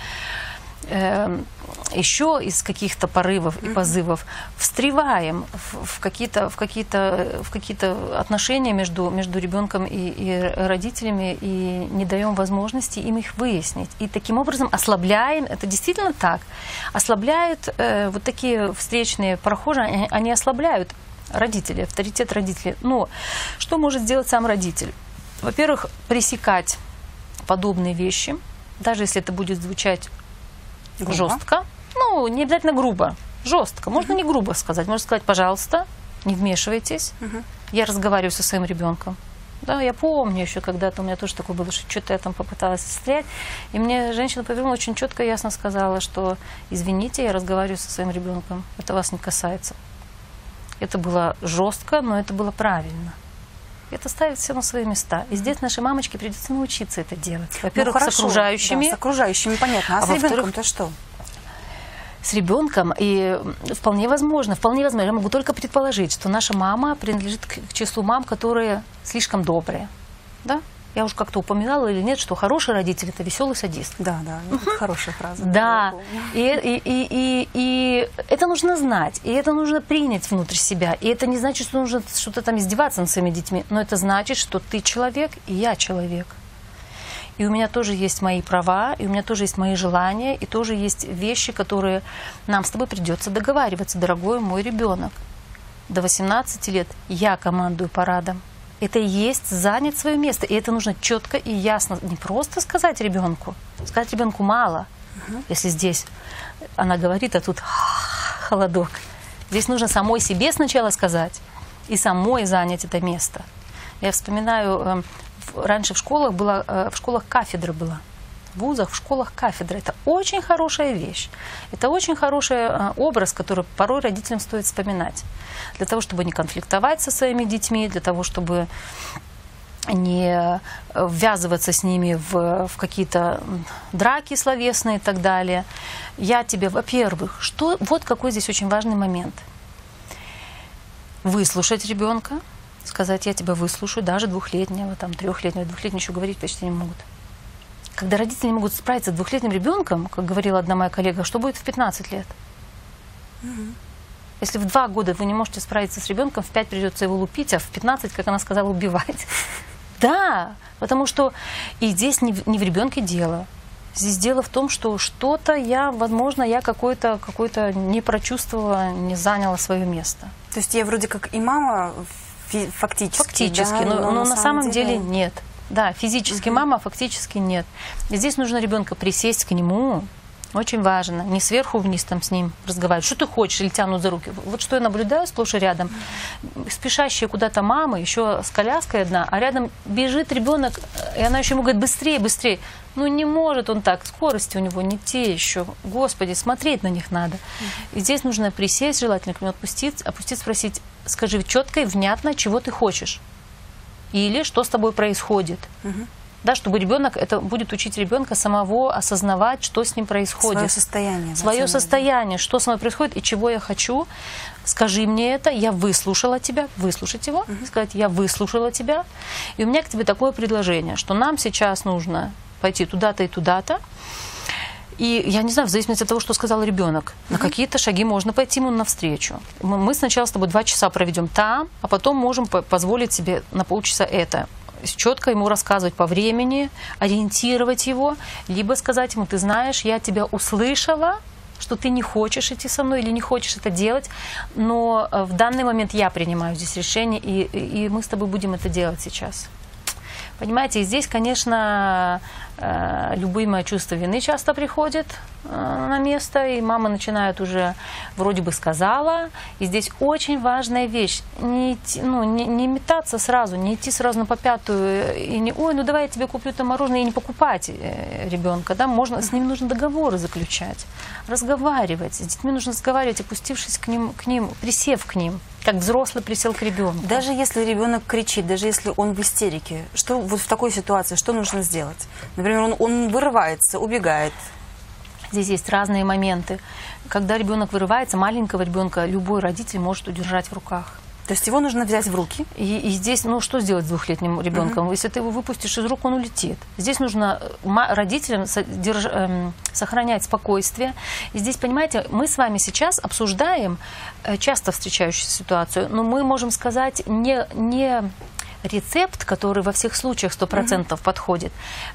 B: э, еще из каких-то порывов и позывов встреваем в, в какие-то в какие-то в какие-то отношения между между ребенком и, и родителями и не даем возможности им их выяснить, и таким образом ослабляем. Это действительно так, ослабляют э, вот такие встречные прохожие, они, они ослабляют родителей, авторитет родителей. Но что может сделать сам родитель? Во-первых, пресекать подобные вещи, даже если это будет звучать грубо. Жестко, ну, не обязательно грубо, жестко. Можно uh-huh. не грубо сказать, можно сказать, пожалуйста, не вмешивайтесь. Uh-huh. Я разговариваю со своим ребенком. Да, я помню еще когда-то у меня тоже такое было, что что-то я там попыталась стрелять, и мне женщина повернула очень четко и ясно сказала, что извините, я разговариваю со своим ребенком, это вас не касается. Это было жестко, но это было правильно. Это ставит все на свои места. И здесь нашей мамочке придется научиться это делать. Во-первых, ну, с окружающими.
A: Да, с окружающими, понятно. А, а с ребенком-то что?
B: С ребенком, и вполне возможно, вполне возможно, я могу только предположить, что наша мама принадлежит к числу мам, которые слишком добрые. Да? Я уже как-то упоминала или нет, что хороший родитель – это веселый садист.
A: Да, да, это хорошая фраза.
B: Да, и, и, и, и, и это нужно знать, и это нужно принять внутрь себя. И это не значит, что нужно что-то там издеваться над своими детьми, но это значит, что ты человек, и я человек. И у меня тоже есть мои права, и у меня тоже есть мои желания, и тоже есть вещи, которые нам с тобой придется договариваться, дорогой мой ребенок. До восемнадцати лет я командую парадом. Это и есть занять свое место. И это нужно четко и ясно. Не просто сказать ребенку. Сказать ребенку мало. Угу. Если здесь она говорит, а тут холодок. Здесь нужно самой себе сначала сказать и самой занять это место. Я вспоминаю, раньше в школах была, в школах кафедра была. В вузах, в школах кафедра. Это очень хорошая вещь. Это очень хороший образ, который порой родителям стоит вспоминать. Для того, чтобы не конфликтовать со своими детьми, для того, чтобы не ввязываться с ними в, в какие-то драки словесные и так далее. Я тебе, во-первых, что, вот какой здесь очень важный момент. Выслушать ребенка, сказать, я тебя выслушаю, даже двухлетнего, там, трехлетнего, двухлетнего еще говорить почти не могут. Когда родители не могут справиться с двухлетним ребенком, как говорила одна моя коллега, что будет в пятнадцать лет? Угу. Если в два года вы не можете справиться с ребенком, в пять придется его лупить, а в пятнадцать, как она сказала, убивать. Да, потому что и здесь не в, не в ребенке дело. Здесь дело в том, что что-то я, возможно, я какое-то какое-то не прочувствовала, не заняла свое место.
A: То есть я вроде как и мама фактически.
B: Фактически,
A: да,
B: но,
A: но,
B: но
A: на,
B: на самом деле, деле нет. Да, физически uh-huh. мама, фактически нет. И здесь нужно ребенка присесть к нему. Очень важно. Не сверху вниз там с ним разговаривать. Что ты хочешь? Или тянут за руки. Вот что я наблюдаю сплошь и рядом. Спешащая куда-то мама, еще с коляской одна, а рядом бежит ребенок, и она еще ему говорит, быстрее, быстрее. Ну не может он так, скорости у него не те еще. Господи, смотреть на них надо. И здесь нужно присесть, желательно к нему отпустить, опустить, спросить, скажи четко и внятно, чего ты хочешь. Или что с тобой происходит. Угу. Да, чтобы ребенок, это будет учить ребенка самого осознавать, что с ним происходит.
A: Свое состояние.
B: Свое состояние, что со мной происходит и чего я хочу. Скажи мне это, я выслушала тебя, выслушать его, угу. сказать, я выслушала тебя. И у меня к тебе такое предложение, что нам сейчас нужно пойти туда-то и туда-то. И я не знаю, в зависимости от того, что сказал ребенок, uh-huh. на какие-то шаги можно пойти ему навстречу. Мы сначала с тобой два часа проведем там, а потом можем позволить себе на полчаса это. Четко ему рассказывать по времени, ориентировать его, либо сказать ему, ты знаешь, я тебя услышала, что ты не хочешь идти со мной или не хочешь это делать, но в данный момент я принимаю здесь решение, и, и мы с тобой будем это делать сейчас. Понимаете, и здесь, конечно, любые мои чувства вины часто приходят на место, и мама начинает уже, вроде бы сказала, и здесь очень важная вещь, не, идти, ну, не, не метаться сразу, не идти сразу на попятую, и не, ой, ну давай я тебе куплю это мороженое, и не покупать ребенка, да, можно, с ним нужно договоры заключать, разговаривать, с детьми нужно разговаривать, опустившись к ним, к ним, присев к ним, как взрослый присел к ребенку.
A: Даже если ребенок кричит, даже если он в истерике, что вот в такой ситуации, что нужно сделать? Например, он, он вырывается, убегает.
B: Здесь есть разные моменты. Когда ребенок вырывается, маленького ребенка любой родитель может удержать в руках.
A: То есть его нужно взять в руки?
B: И, и здесь, ну что сделать с двухлетним ребенком? Uh-huh. Если ты его выпустишь из рук, он улетит. Здесь нужно родителям содерж... эм, сохранять спокойствие. И здесь, понимаете, мы с вами сейчас обсуждаем часто встречающуюся ситуацию, но мы можем сказать не... не рецепт, который во всех случаях сто процентов uh-huh. подходит.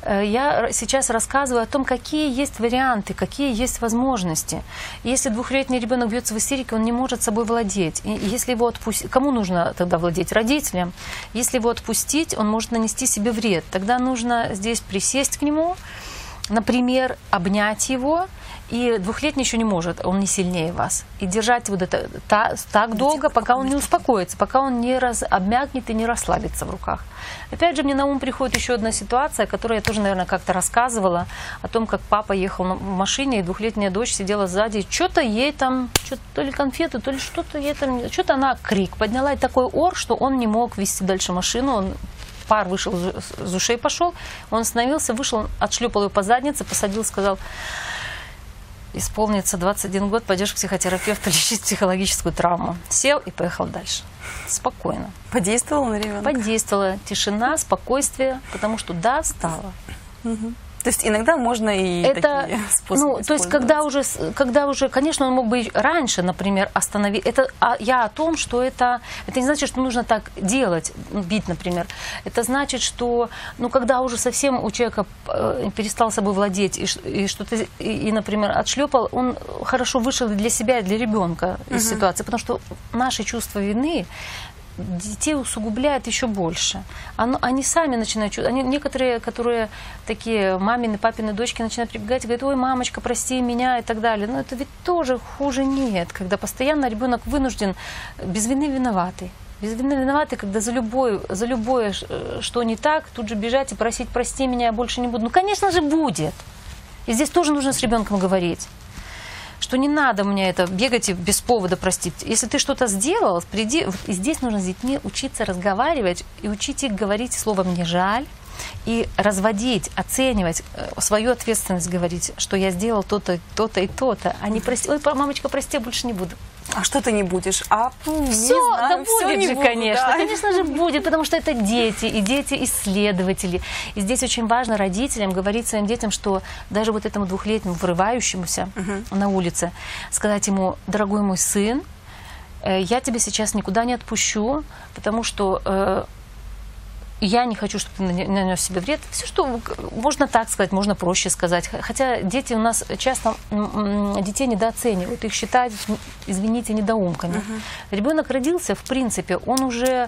B: Я сейчас рассказываю о том, какие есть варианты, какие есть возможности. Если двухлетний ребенок бьется в истерике, он не может собой владеть. И если его отпустить, кому нужно тогда владеть? Родителям. Если его отпустить, он может нанести себе вред. Тогда нужно здесь присесть к нему, например, обнять его. И двухлетний еще не может, он не сильнее вас. И держать вот это та, так долго, пока он не успокоится, пока он не раз, обмякнет и не расслабится в руках. Опять же, мне на ум приходит еще одна ситуация, которую я тоже, наверное, как-то рассказывала, о том, как папа ехал в машине, и двухлетняя дочь сидела сзади, и что-то ей там, что-то, то ли конфеты, то ли что-то ей там, что-то она крик подняла, и такой ор, что он не мог вести дальше машину, он пар вышел из ушей, пошел, он остановился, вышел, отшлепал ее по заднице, посадил, сказал: исполнится двадцать один год, пойдешь к психотерапевту лечить психологическую травму. Сел и поехал дальше. Спокойно.
A: Подействовало на ребенка?
B: Подействовала. Тишина, спокойствие, потому что да, стало.
A: Угу. То есть иногда можно и
B: это,
A: такие способы
B: ну, то есть когда уже, когда уже, конечно, он мог бы раньше, например, остановить. Это а, я о том, что это, это не значит, что нужно так делать, бить, например. Это значит, что, ну, когда уже совсем у человека э, перестал собой владеть и, и что-то, и, и, например, отшлепал, он хорошо вышел для себя и для ребенка из угу. ситуации, потому что наши чувства вины детей усугубляет еще больше. Оно, они сами начинают, они, некоторые, которые такие мамины, папины дочки, начинают прибегать и говорят: ой, мамочка, прости меня и так далее. Но это ведь тоже хуже нет, когда постоянно ребенок вынужден, без вины виноватый. Без вины виноватый, когда за любое, за любое, что не так, тут же бежать и просить: прости меня, я больше не буду. Ну, конечно же, будет. И здесь тоже нужно с ребенком говорить, что не надо мне это бегать и без повода простить. Если ты что-то сделал, приди. И здесь нужно с детьми учиться разговаривать и учить их говорить слово «мне жаль», и разводить, оценивать свою ответственность, говорить, что я сделал то-то, то-то и то-то, а не прости, ой, мамочка, прости, я больше не буду.
A: А что ты не будешь? А, ну,
B: все,
A: не знаю,
B: да
A: все
B: будет
A: не
B: же,
A: буду,
B: конечно,
A: да.
B: конечно же будет, потому что это дети, и дети-исследователи. И здесь очень важно родителям говорить своим детям, что даже вот этому двухлетнему врывающемуся uh-huh. на улице, сказать ему: дорогой мой сын, я тебя сейчас никуда не отпущу, потому что я не хочу, чтобы ты нанес себе вред. Все, что можно так сказать, можно проще сказать. Хотя дети у нас часто детей недооценивают, их считают, извините, недоумками. Uh-huh. Ребенок родился, в принципе, он уже,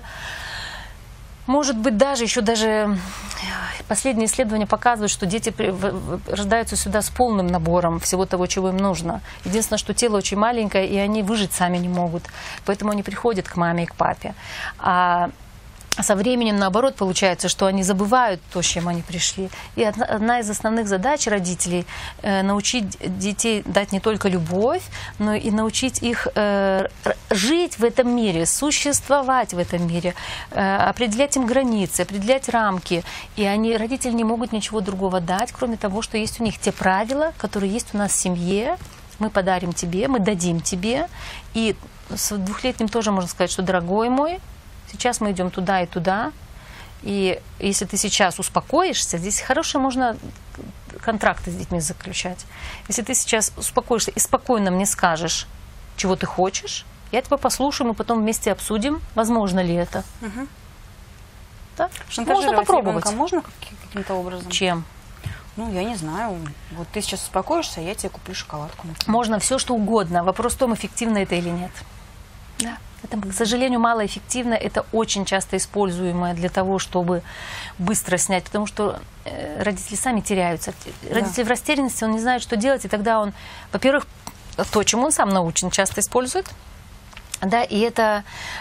B: может быть, даже еще даже последние исследования показывают, что дети рождаются сюда с полным набором всего того, чего им нужно. Единственное, что тело очень маленькое, и они выжить сами не могут. Поэтому они приходят к маме и к папе. А со временем, наоборот, получается, что они забывают то, с чем они пришли. И одна, одна из основных задач родителей э, – научить детей дать не только любовь, но и научить их э, жить в этом мире, существовать в этом мире, э, определять им границы, определять рамки. И они, родители, не могут ничего другого дать, кроме того, что есть у них те правила, которые есть у нас в семье. Мы подарим тебе, мы дадим тебе. И с двухлетним тоже можно сказать, что, дорогой мой, сейчас мы идем туда и туда, и если ты сейчас успокоишься, здесь хорошие можно контракты с детьми заключать. Если ты сейчас успокоишься и спокойно мне скажешь, чего ты хочешь, я тебя послушаю, мы потом вместе обсудим, возможно ли это.
A: Угу.
B: Да?
A: Шантажировать
B: можно попробовать.
A: Ребенка можно каким-то образом?
B: Чем?
A: Ну, я не знаю. Вот ты сейчас успокоишься, я тебе куплю шоколадку. Например.
B: Можно все, что угодно. Вопрос в том, эффективно это или нет. Да. Это, к сожалению, малоэффективно. Это очень часто используемое для того, чтобы быстро снять, потому что родители сами теряются. Родитель да. в растерянности, он не знает, что делать, и тогда он, во-первых, то, чему он сам научен, часто использует. Да, и это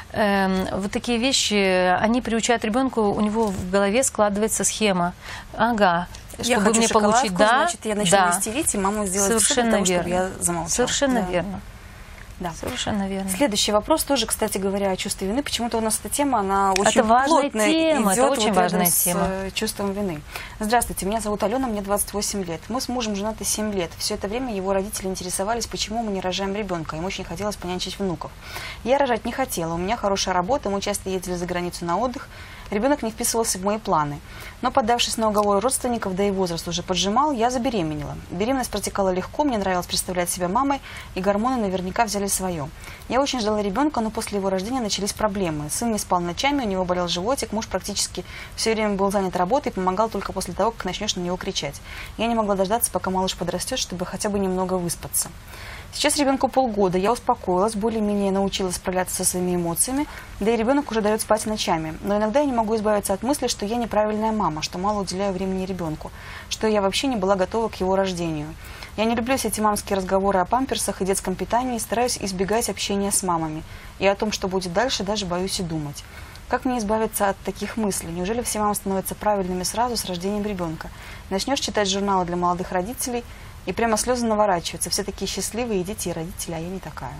B: э, вот такие вещи, они приучают ребенку, у него в голове складывается схема. Ага, чтобы
A: я хочу
B: мне получить, да,
A: значит, я начну
B: да.
A: истерить, и маму сделать
B: совершенно
A: все для того,
B: верно.
A: чтобы я замолчала.
B: Совершенно
A: да.
B: верно.
A: Да.
B: Совершенно верно.
A: Следующий вопрос тоже, кстати говоря, о чувстве вины. Почему-то у нас эта тема, она очень
B: это важная
A: плотно
B: тема,
A: идет
B: это очень
A: вот
B: важная
A: с
B: тема.
A: чувством вины. Здравствуйте, меня зовут Алена, мне двадцать восемь лет. Мы с мужем женаты семь лет. Все это время его родители интересовались, почему мы не рожаем ребенка. Им очень хотелось понянчить внуков. Я рожать не хотела, у меня хорошая работа, мы часто ездили за границу на отдых. Ребенок не вписывался в мои планы. Но, поддавшись на уговоры родственников, да и возраст уже поджимал, я забеременела. Беременность протекала легко, мне нравилось представлять себя мамой, и гормоны наверняка взяли свое. Я очень ждала ребенка, но после его рождения начались проблемы. Сын не спал ночами, у него болел животик, муж практически все время был занят работой и помогал только после того, как начнешь на него кричать. Я не могла дождаться, пока малыш подрастет, чтобы хотя бы немного выспаться. Сейчас ребенку полгода, я успокоилась, более-менее научилась справляться со своими эмоциями, да и ребенок уже дает спать ночами. Но иногда я не могу избавиться от мысли, что я неправильная мама, что мало уделяю времени ребенку, что я вообще не была готова к его рождению. Я не люблю все эти мамские разговоры о памперсах и детском питании, стараюсь избегать общения с мамами. И о том, что будет дальше, даже боюсь и думать. Как мне избавиться от таких мыслей? Неужели все мамы становятся правильными сразу с рождением ребенка? Начнешь читать журналы для молодых родителей, и прямо слезы наворачиваются. Все такие счастливые, и дети, и родители, а я не такая.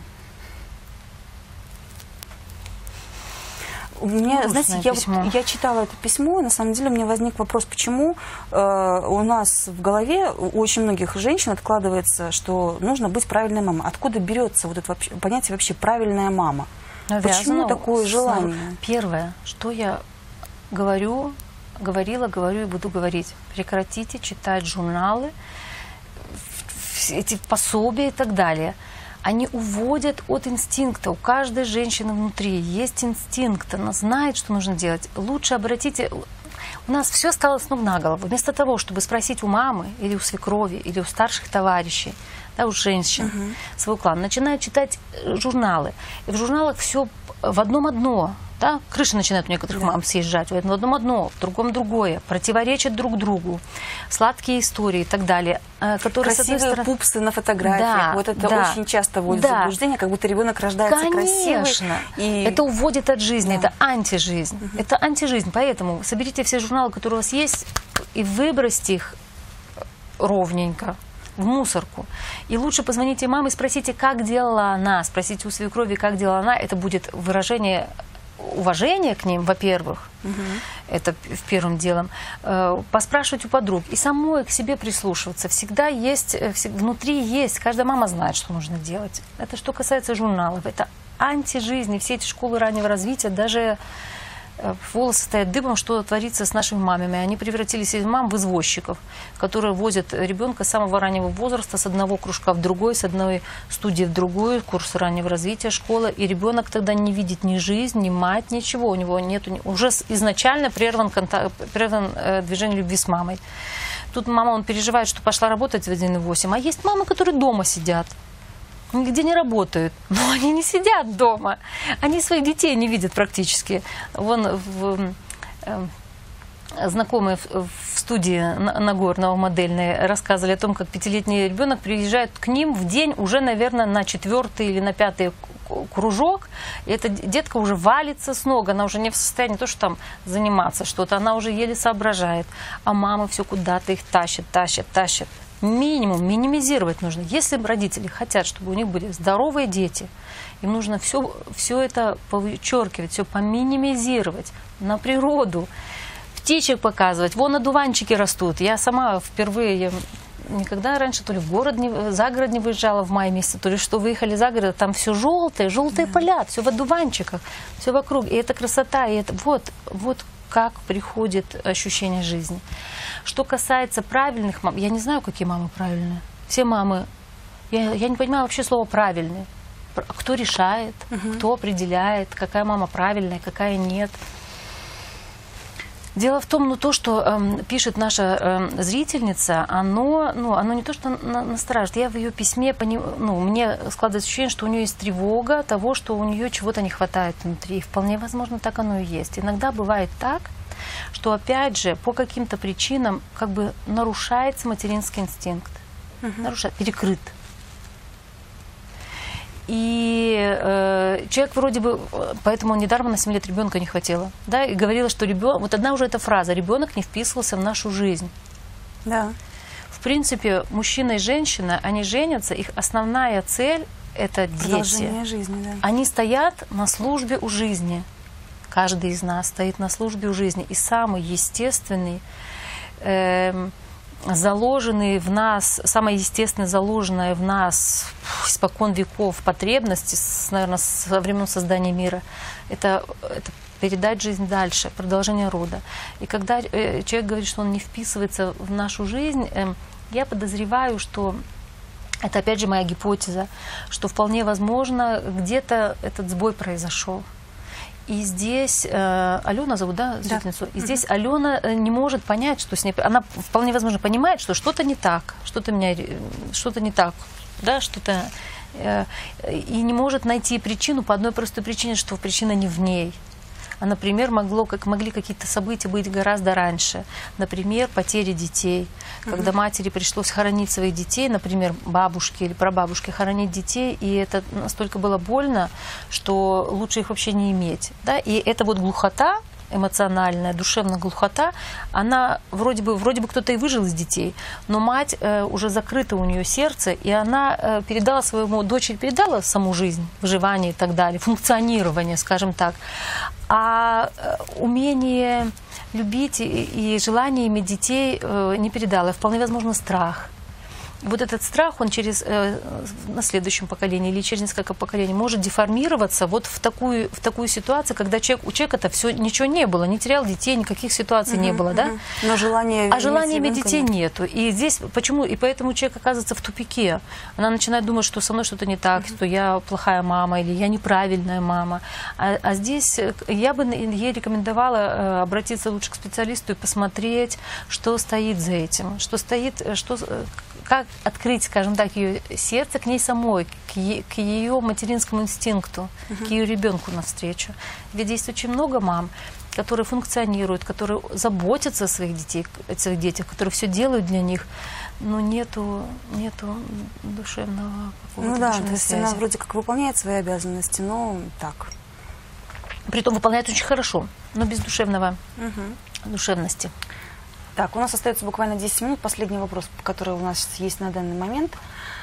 A: У меня, знаете, я, вот, я читала это письмо, и на самом деле у меня возник вопрос, почему э, у нас в голове у очень многих женщин откладывается, что нужно быть правильной мамой. Откуда берется вот это вообще, понятие вообще правильная мама?
B: Навязано.
A: Почему такое желание?
B: Первое, что я говорю, говорила, говорю и буду говорить. Прекратите читать журналы, эти пособия и так далее. Они уводят от инстинкта. У каждой женщины внутри есть инстинкт. Она знает, что нужно делать. Лучше обратите... У нас все стало с ног на голову. Вместо того, чтобы спросить у мамы, или у свекрови, или у старших товарищей, да, у женщин, uh-huh. своего клана, начинают читать журналы. И в журналах все в одном одно. Да? Крыша начинает у некоторых да. мам съезжать. В одном одно, в другом другое. Противоречат друг другу. Сладкие истории и так далее. Которые,
A: красивые стороны... пупсы на фотографиях. Да, вот это да. очень часто вводит да. в заблуждение, как будто ребенок рождается
B: Конечно.
A: красивый. И...
B: Это уводит от жизни, да. это антижизнь.
A: Угу.
B: Это антижизнь. Поэтому соберите все журналы, которые у вас есть, и выбросьте их ровненько в мусорку. И лучше позвоните маме и спросите, как делала она. Спросите у свекрови, как делала она. Это будет выражение уважения к ним, во-первых. Угу. Это в первым делом. Поспрашивать у подруг. И самой к себе прислушиваться. Всегда есть, внутри есть. Каждая мама знает, что нужно делать. Это что касается журналов. Это антижизнь. Все эти школы раннего развития, даже волосы стоят дыбом, что творится с нашими мамами. Они превратились из мам в извозчиков, которые возят ребенка с самого раннего возраста с одного кружка в другой, с одной студии в другую, курс раннего развития, школа. И ребенок тогда не видит ни жизнь, ни мать, ничего. У него нету, уже изначально прерван, контакт, прерван э, движение любви с мамой. Тут мама, он переживает, что пошла работать в один и восемь. А есть мамы, которые дома сидят. Нигде не работают, но они не сидят дома. Они своих детей не видят практически. Вон в, э, знакомые в, в студии Нагорного модельной рассказывали о том, как пятилетний ребенок приезжает к ним в день уже, наверное, на четвертый или на пятый кружок. И эта детка уже валится с ног, она уже не в состоянии то, что там заниматься что-то, она уже еле соображает. А мама все куда-то их тащит, тащит, тащит. Минимум, минимизировать нужно. Если родители хотят, чтобы у них были здоровые дети, им нужно все, все это повычеркивать, все поминимизировать, на природу, птичек показывать. Вон одуванчики растут. Я сама впервые, я никогда раньше то ли в город, не, за город не выезжала в мае месяце, то ли что выехали за город, там все желтые, желтые поля, все в одуванчиках, все вокруг. И это красота, и это вот, вот как приходит ощущение жизни. Что касается правильных мам, я не знаю, какие мамы правильные. Все мамы, я, я не понимаю вообще слово «правильные». Кто решает, угу. кто определяет, какая мама правильная, какая нет. Дело в том, ну, то, что э, пишет наша э, зрительница, оно, ну, оно не то, что на, настораживает. Я в ее письме, поним, ну, мне складывается ощущение, что у нее есть тревога того, что у нее чего-то не хватает внутри. И вполне возможно, так оно и есть. Иногда бывает так, что, опять же, по каким-то причинам как бы нарушается материнский инстинкт. Угу. Нарушает, перекрыт. И э, человек вроде бы, поэтому недаром на семь лет ребенка не хватило. Да, и говорила, что ребенок, вот одна уже эта фраза, ребенок не вписывался в нашу жизнь.
A: Да.
B: В принципе, мужчина и женщина, они женятся, их основная цель – это дети.
A: Продолжение жизни, да.
B: Они стоят на службе у жизни. Каждый из нас стоит на службе у жизни. И самый естественный, э, заложенный в нас, самое естественное заложенное в нас испокон веков потребности, с, наверное, со времен создания мира, это, это передать жизнь дальше, продолжение рода. И когда э, человек говорит, что он не вписывается в нашу жизнь, э, я подозреваю, что это опять же моя гипотеза, что вполне возможно где-то этот сбой произошел. И здесь э, Алена зовут, да, зрительницу? Да. И здесь угу. Алена не может понять, что с ней... Она вполне возможно понимает, что что-то не так, что-то меня, что-то не так, да, что-то... Э, и не может найти причину по одной простой причине, что причина не в ней. А, например, могло, как, могли какие-то события быть гораздо раньше. Например, потери детей. Когда угу. матери пришлось хоронить своих детей, например, бабушки или прабабушки хоронить детей, и это настолько было больно, что лучше их вообще не иметь. Да? И эта вот глухота, эмоциональная, душевная глухота, она вроде бы, вроде бы кто-то и выжил из детей, но мать э, уже закрыто у нее сердце, и она э, передала своему, дочери передала саму жизнь, выживание и так далее, функционирование, скажем так. А э, умение любить и, и желание иметь детей э, не передала. Вполне возможно, страх. Вот этот страх, он через, э, на следующем поколении или через несколько поколений может деформироваться вот в такую, в такую ситуацию, когда человек, у человека-то все, ничего не было, не терял детей, никаких ситуаций угу, не было, угу. да?
A: Но желание
B: а желания иметь детей нет. нету. И здесь, почему, и поэтому человек оказывается в тупике. Она начинает думать, что со мной что-то не так, угу. что я плохая мама или я неправильная мама. А, а здесь я бы ей рекомендовала обратиться лучше к специалисту и посмотреть, что стоит за этим, что стоит, что... Как, открыть, скажем так, ее сердце к ней самой, к, е, к ее материнскому инстинкту, uh-huh. к ее ребенку навстречу. Ведь есть очень много мам, которые функционируют, которые заботятся о своих, детей, о своих детях, которые все делают для них, но нету, нету душевного какого-то
A: Ну да,
B: душевной
A: то есть
B: связи.
A: она вроде как выполняет свои обязанности, но так.
B: Притом выполняет очень хорошо, но без душевного,
A: Угу.
B: душевности.
A: Так, у нас остается буквально десять минут. Последний вопрос, который у нас есть на данный момент.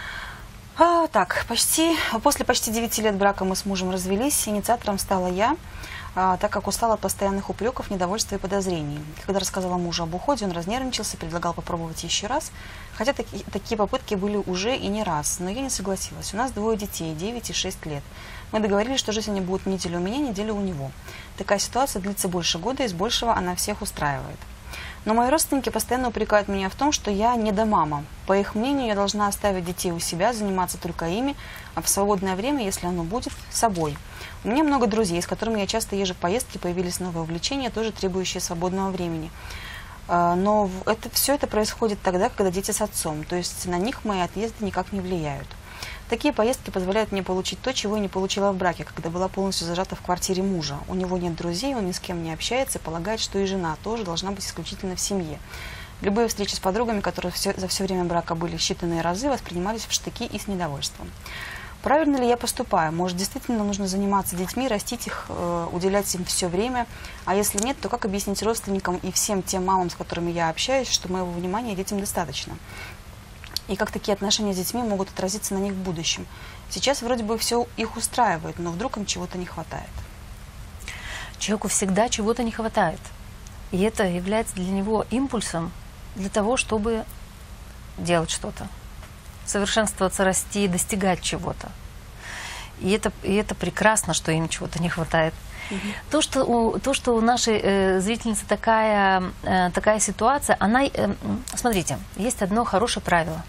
A: А, так, почти, после почти девяти лет брака мы с мужем развелись. Инициатором стала я, а, так как устала от постоянных упреков, недовольства и подозрений. Когда рассказала мужу об уходе, он разнервничался, предлагал попробовать еще раз. Хотя таки, такие попытки были уже и не раз, но я не согласилась. У нас двое детей, девять и шесть лет. Мы договорились, что жизнь они будут неделю у меня, неделю у него. Такая ситуация длится больше года, и с большего она всех устраивает. Но мои родственники постоянно упрекают меня в том, что я не домама. По их мнению, я должна оставить детей у себя, заниматься только ими, а в свободное время, если оно будет, собой. У меня много друзей, с которыми я часто езжу в поездки, появились новые увлечения, тоже требующие свободного времени. Но это, все это происходит тогда, когда дети с отцом, то есть на них мои отъезды никак не влияют. Такие поездки позволяют мне получить то, чего я не получила в браке, когда была полностью зажата в квартире мужа. У него нет друзей, он ни с кем не общается и полагает, что и жена тоже должна быть исключительно в семье. Любые встречи с подругами, которые все, за все время брака были считанные разы, воспринимались в штыки и с недовольством. Правильно ли я поступаю? Может, действительно нужно заниматься детьми, растить их, э, уделять им все время? А если нет, то как объяснить родственникам и всем тем мамам, с которыми я общаюсь, что моего внимания детям достаточно? И как такие отношения с детьми могут отразиться на них в будущем? Сейчас вроде бы все их устраивает, но вдруг им чего-то не хватает.
B: Человеку всегда чего-то не хватает. И это является для него импульсом для того, чтобы делать что-то, совершенствоваться, расти, достигать чего-то. И это, и это прекрасно, что им чего-то не хватает. Угу. То, что у, то, что у нашей э, зрительницы такая, э, такая ситуация, она, э, смотрите, есть одно хорошее правило.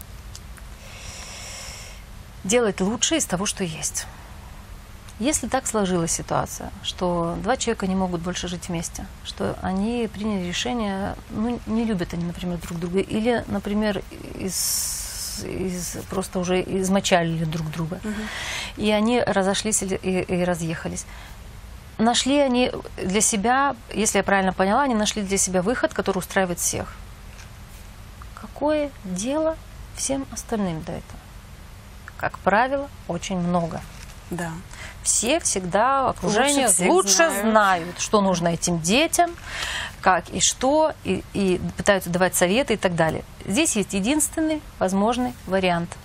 B: Делать лучше из того, что есть. Если так сложилась ситуация, что два человека не могут больше жить вместе, что они приняли решение, ну, не любят они, например, друг друга, или, например, из, из, просто уже измочалили друг друга, угу. и они разошлись и, и разъехались. Нашли они для себя, если я правильно поняла, они нашли для себя выход, который устраивает всех. Какое дело всем остальным до этого? Как правило, очень много.
A: Да.
B: Все всегда окружение лучше, лучше знают. знают, что нужно этим детям, как и что, и, и пытаются давать советы и так далее. Здесь есть единственный возможный вариант.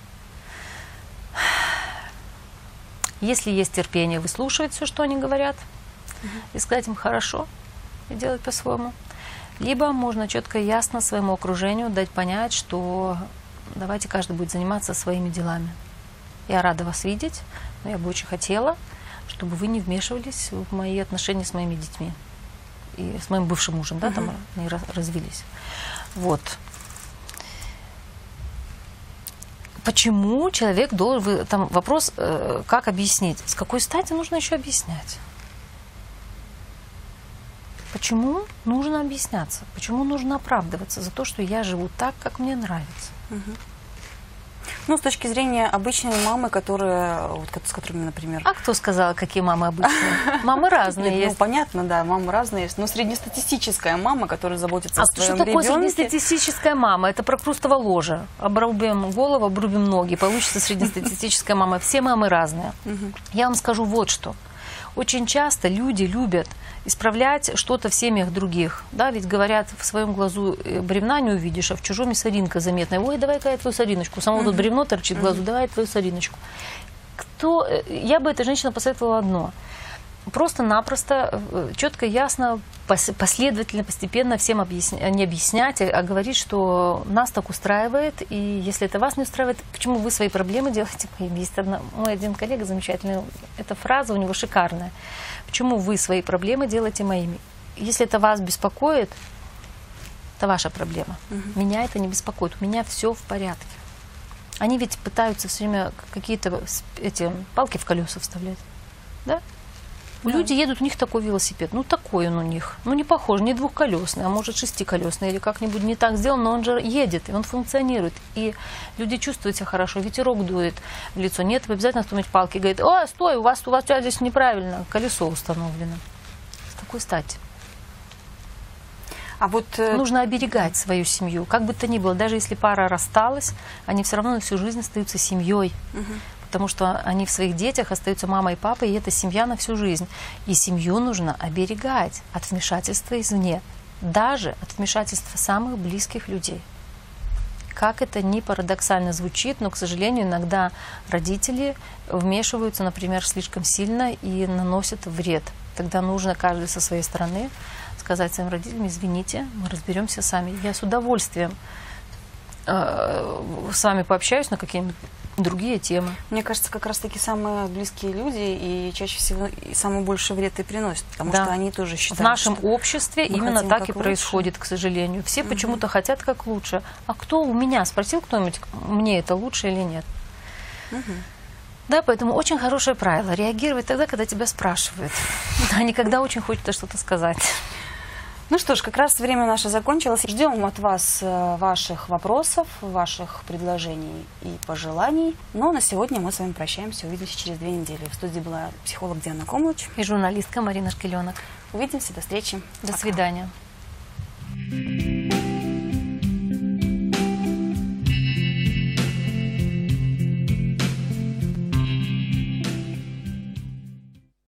B: Если есть терпение, выслушивать все, что они говорят, угу. и сказать им хорошо, и делать по-своему. Либо можно четко и ясно своему окружению дать понять, что давайте каждый будет заниматься своими делами. Я рада вас видеть, но я бы очень хотела, чтобы вы не вмешивались в мои отношения с моими детьми. И с моим бывшим мужем, да, угу. там они развелись. Вот. Почему человек должен... Там вопрос, как объяснить. С какой стати нужно еще объяснять? Почему нужно объясняться? Почему нужно оправдываться за то, что я живу так, как мне нравится?
A: Угу. Ну, с точки зрения обычной мамы, которые, вот, с которыми, например...
B: А кто сказал, какие мамы обычные? Мамы разные
A: Нет,
B: есть.
A: Ну, понятно, да, мамы разные есть. Но среднестатистическая мама, которая заботится
B: а
A: о своем
B: ребенке... А что такое
A: ребенке...
B: среднестатистическая мама? Это прокрустово ложе. Обрубим голову, обрубим ноги. Получится среднестатистическая мама. Все мамы разные. Я вам скажу вот что. Очень часто люди любят исправлять что-то в семьях других. Да, ведь говорят, в своем глазу бревна не увидишь, а в чужом и соринка заметная. Ой, давай-ка я твою сориночку. Само uh-huh. тут бревно торчит в глазу, uh-huh. давай я твою сориночку. Кто... Я бы этой женщине посоветовала одно. Просто-напросто, четко, ясно, последовательно, постепенно всем объясня... не объяснять, а говорить, что нас так устраивает, и если это вас не устраивает, почему вы свои проблемы делаете моими? Есть одна... мой один коллега замечательный, эта фраза у него шикарная. Почему вы свои проблемы делаете моими? Если это вас беспокоит, это ваша проблема. Угу. Меня это не беспокоит, у меня все в порядке. Они ведь пытаются все время какие-то эти палки в колеса вставлять, да? У
A: Да.
B: Люди едут, у них такой велосипед, ну такой он у них, ну не похож, не двухколесный, а может шестиколесный или как-нибудь не так сделан, но он же едет, и он функционирует, и люди чувствуют себя хорошо, ветерок дует в лицо, нет, обязательно вспомнить палки, говорит, о, стой, у вас, у вас здесь неправильно, колесо установлено. С такой стати.
A: А вот э,
B: Нужно оберегать свою семью, как бы то ни было, даже если пара рассталась, они все равно на всю жизнь остаются семьей.
A: Мгм.
B: Потому что они в своих детях остаются мамой и папой, и это семья на всю жизнь. И семью нужно оберегать от вмешательства извне, даже от вмешательства самых близких людей. Как это ни парадоксально звучит, но, к сожалению, иногда родители вмешиваются, например, слишком сильно и наносят вред. Тогда нужно каждый со своей стороны сказать своим родителям, извините, мы разберемся сами. Я с удовольствием э, с вами пообщаюсь на какие-нибудь другие темы.
A: мне кажется, как раз-таки самые близкие люди и чаще всего и самый больший вред и приносят, потому
B: Да.
A: что они тоже считают,
B: В нашем
A: что
B: обществе
A: мы
B: именно
A: хотим
B: так
A: как
B: и
A: лучше.
B: происходит, к сожалению. Все почему-то хотят как лучше. А кто у меня? Спросил кто-нибудь, мне это лучше или нет?
A: Мгм.
B: Да, поэтому очень хорошее правило. Реагировать тогда, когда тебя спрашивают, а не когда очень хочется что-то сказать.
A: Ну что ж, как раз время наше закончилось. Ждем от вас э, ваших вопросов, ваших предложений и пожеланий. Но на сегодня мы с вами прощаемся. Увидимся через две недели. В студии была психолог Диана Комлыч.
B: И журналистка Марина Шкеленок.
A: Увидимся, до встречи.
B: До
A: Пока.
B: свидания.